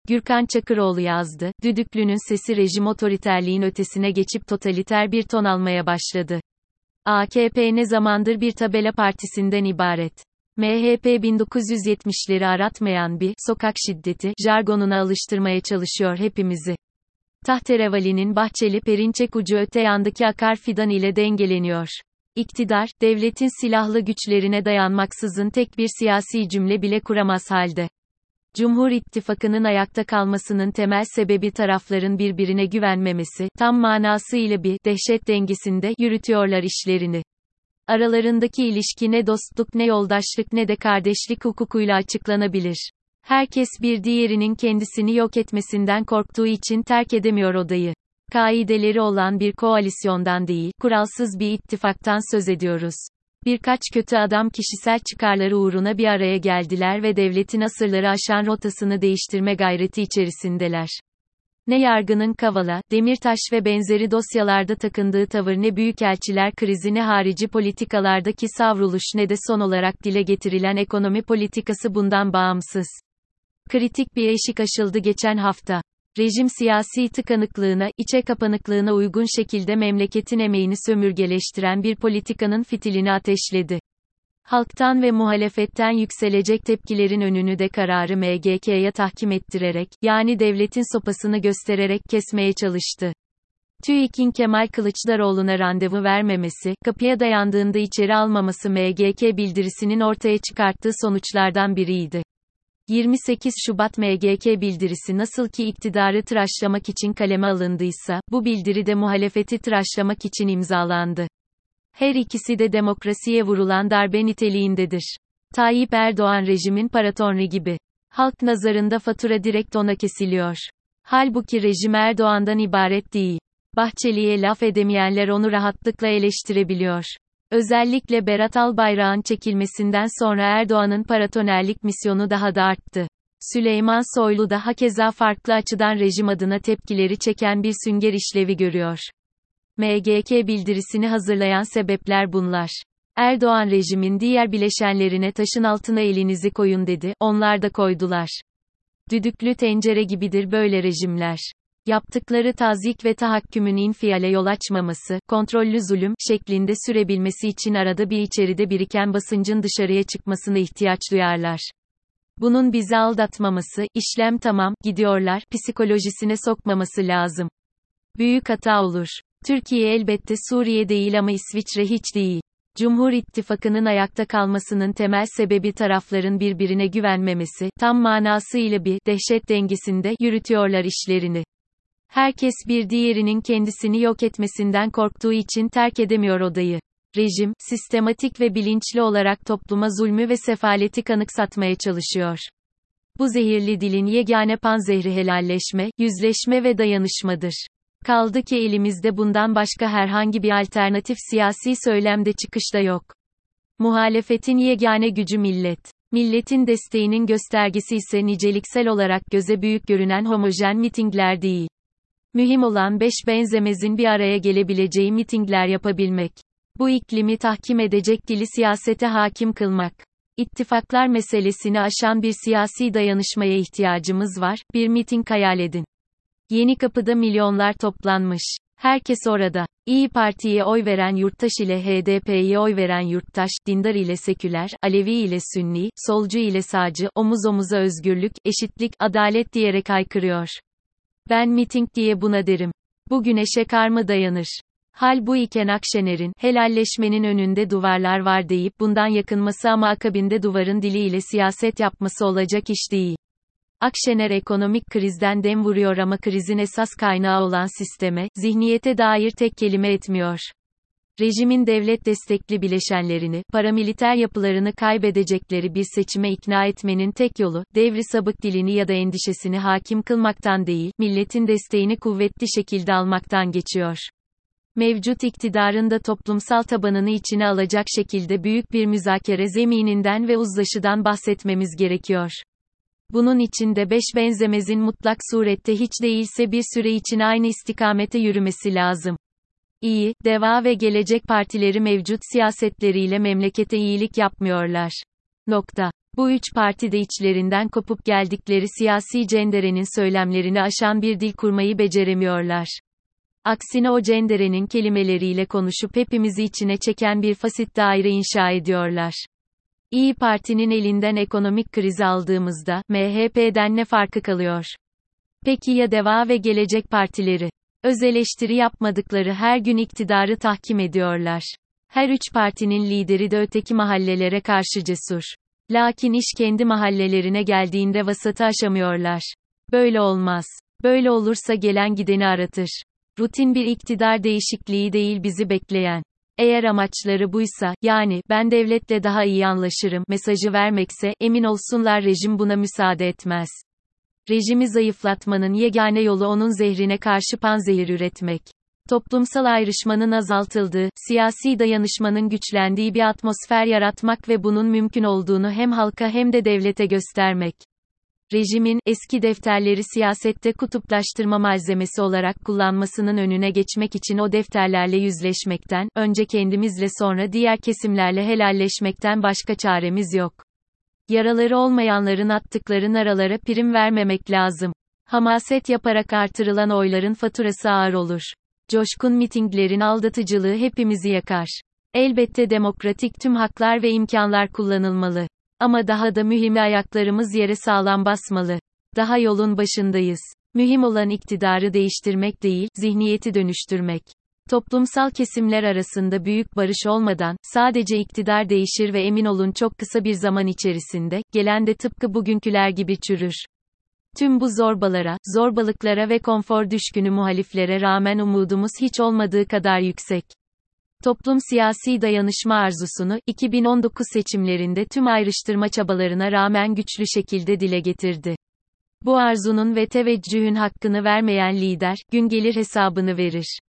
Gürkan Çakıroğlu yazdı, Düdüklü'nün sesi rejim otoriterliğin ötesine geçip totaliter bir ton almaya başladı. AKP ne zamandır bir tabela partisinden ibaret. MHP 1970'leri aratmayan bir sokak şiddeti jargonuna alıştırmaya çalışıyor hepimizi. Tahterevalinin Bahçeli Perinçek ucu öte yandaki akar fidan ile dengeleniyor. İktidar, devletin silahlı güçlerine dayanmaksızın tek bir siyasi cümle bile kuramaz halde. Cumhur İttifakı'nın ayakta kalmasının temel sebebi tarafların birbirine güvenmemesi, tam manasıyla bir dehşet dengesinde yürütüyorlar işlerini. Aralarındaki ilişki ne dostluk ne yoldaşlık ne de kardeşlik hukukuyla açıklanabilir. Herkes bir diğerinin kendisini yok etmesinden korktuğu için terk edemiyor odayı. Kaideleri olan bir koalisyondan değil, kuralsız bir ittifaktan söz ediyoruz. Birkaç kötü adam kişisel çıkarları uğruna bir araya geldiler ve devletin asırları aşan rotasını değiştirme gayreti içerisindeler. Ne yargının Kavala, Demirtaş ve benzeri dosyalarda takındığı tavır ne büyükelçiler krizi ne harici politikalardaki savruluş ne de son olarak dile getirilen ekonomi politikası bundan bağımsız. Kritik bir eşik aşıldı geçen hafta. Rejim siyasi tıkanıklığına, içe kapanıklığına uygun şekilde memleketin emeğini sömürgeleştiren bir politikanın fitilini ateşledi. Halktan ve muhalefetten yükselecek tepkilerin önünü de kararı MGK'ya tahkim ettirerek, yani devletin sopasını göstererek kesmeye çalıştı. TÜİK'in Kemal Kılıçdaroğlu'na randevu vermemesi, kapıya dayandığında içeri almaması MGK bildirisinin ortaya çıkarttığı sonuçlardan biriydi. 28 Şubat MGK bildirisi nasıl ki iktidarı tıraşlamak için kaleme alındıysa, bu bildiri de muhalefeti tıraşlamak için imzalandı. Her ikisi de demokrasiye vurulan darbe niteliğindedir. Tayyip Erdoğan rejimin paratonri gibi. Halk nazarında fatura direkt ona kesiliyor. Halbuki rejim Erdoğan'dan ibaret değil. Bahçeli'ye laf edemeyenler onu rahatlıkla eleştirebiliyor. Özellikle Berat Albayrak'ın çekilmesinden sonra Erdoğan'ın paratonerlik misyonu daha da arttı. Süleyman Soylu da hakeza farklı açıdan rejim adına tepkileri çeken bir sünger işlevi görüyor. MGK bildirisini hazırlayan sebepler bunlar. Erdoğan rejimin diğer bileşenlerine taşın altına elinizi koyun dedi, onlar da koydular. Düdüklü tencere gibidir böyle rejimler. Yaptıkları tazyik ve tahakkümün infiale yol açmaması, kontrollü zulüm şeklinde sürebilmesi için arada bir içeride biriken basıncın dışarıya çıkmasına ihtiyaç duyarlar. Bunun bizi aldatmaması, işlem tamam, gidiyorlar, psikolojisine sokmaması lazım. Büyük hata olur. Türkiye elbette Suriye değil ama İsviçre hiç değil. Cumhur İttifakı'nın ayakta kalmasının temel sebebi tarafların birbirine güvenmemesi, tam manasıyla bir dehşet dengesinde yürütüyorlar işlerini. Herkes bir diğerinin kendisini yok etmesinden korktuğu için terk edemiyor odayı. Rejim, sistematik ve bilinçli olarak topluma zulmü ve sefaleti kanıksatmaya çalışıyor. Bu zehirli dilin yegane panzehri helalleşme, yüzleşme ve dayanışmadır. Kaldı ki elimizde bundan başka herhangi bir alternatif siyasi söylemde çıkışta yok. Muhalefetin yegane gücü millet. Milletin desteğinin göstergesi ise niceliksel olarak göze büyük görünen homojen mitingler değil. Mühim olan beş benzemezin bir araya gelebileceği mitingler yapabilmek. Bu iklimi tahkim edecek dili siyasete hakim kılmak. İttifaklar meselesini aşan bir siyasi dayanışmaya ihtiyacımız var, bir miting hayal edin. Yenikapı'da milyonlar toplanmış. Herkes orada. İyi Parti'ye oy veren yurttaş ile HDP'ye oy veren yurttaş, dindar ile seküler, Alevi ile Sünni, solcu ile sağcı, omuz omuza özgürlük, eşitlik, adalet diyerek haykırıyor. Ben miting diye buna derim. Bu güneşe kar mı dayanır? Hal bu iken Akşener'in, helalleşmenin önünde duvarlar var deyip bundan yakınması ama akabinde duvarın diliyle siyaset yapması olacak iş değil. Akşener ekonomik krizden dem vuruyor ama krizin esas kaynağı olan sisteme, zihniyete dair tek kelime etmiyor. Rejimin devlet destekli bileşenlerini, paramiliter yapılarını kaybedecekleri bir seçime ikna etmenin tek yolu, devri sabık dilini ya da endişesini hakim kılmaktan değil, milletin desteğini kuvvetli şekilde almaktan geçiyor. Mevcut iktidarın da toplumsal tabanını içine alacak şekilde büyük bir müzakere zemininden ve uzlaşıdan bahsetmemiz gerekiyor. Bunun için de beş benzemezin mutlak surette hiç değilse bir süre için aynı istikamete yürümesi lazım. İyi, Deva ve Gelecek partileri mevcut siyasetleriyle memlekete iyilik yapmıyorlar. Bu üç parti de içlerinden kopup geldikleri siyasi cenderenin söylemlerini aşan bir dil kurmayı beceremiyorlar. Aksine o cenderenin kelimeleriyle konuşup hepimizi içine çeken bir fasit daire inşa ediyorlar. İyi Parti'nin elinden ekonomik krizi aldığımızda, MHP'den ne farkı kalıyor? Peki ya Deva ve Gelecek Partileri? Öz eleştiri yapmadıkları her gün iktidarı tahkim ediyorlar. Her üç partinin lideri de öteki mahallelere karşı cesur. Lakin iş kendi mahallelerine geldiğinde vasatı aşamıyorlar. Böyle olmaz. Böyle olursa gelen gideni aratır. Rutin bir iktidar değişikliği değil bizi bekleyen. Eğer amaçları buysa, yani, ben devletle daha iyi anlaşırım mesajı vermekse, emin olsunlar rejim buna müsaade etmez. Rejimi zayıflatmanın yegane yolu onun zehrine karşı panzehir üretmek. Toplumsal ayrışmanın azaltıldığı, siyasi dayanışmanın güçlendiği bir atmosfer yaratmak ve bunun mümkün olduğunu hem halka hem de devlete göstermek. Rejimin, eski defterleri siyasette kutuplaştırma malzemesi olarak kullanmasının önüne geçmek için o defterlerle yüzleşmekten, önce kendimizle sonra diğer kesimlerle helalleşmekten başka çaremiz yok. Yaraları olmayanların attıkları naralara prim vermemek lazım. Hamaset yaparak artırılan oyların faturası ağır olur. Coşkun mitinglerin aldatıcılığı hepimizi yakar. Elbette demokratik tüm haklar ve imkanlar kullanılmalı. Ama daha da mühimi ayaklarımız yere sağlam basmalı. Daha yolun başındayız. Mühim olan iktidarı değiştirmek değil, zihniyeti dönüştürmek. Toplumsal kesimler arasında büyük barış olmadan, sadece iktidar değişir ve emin olun çok kısa bir zaman içerisinde, gelen de tıpkı bugünküler gibi çürür. Tüm bu zorbalara, zorbalıklara ve konfor düşkünü muhaliflere rağmen umudumuz hiç olmadığı kadar yüksek. Toplum siyasi dayanışma arzusunu, 2019 seçimlerinde tüm ayrıştırma çabalarına rağmen güçlü şekilde dile getirdi. Bu arzunun ve teveccühün hakkını vermeyen lider, gün gelir hesabını verir.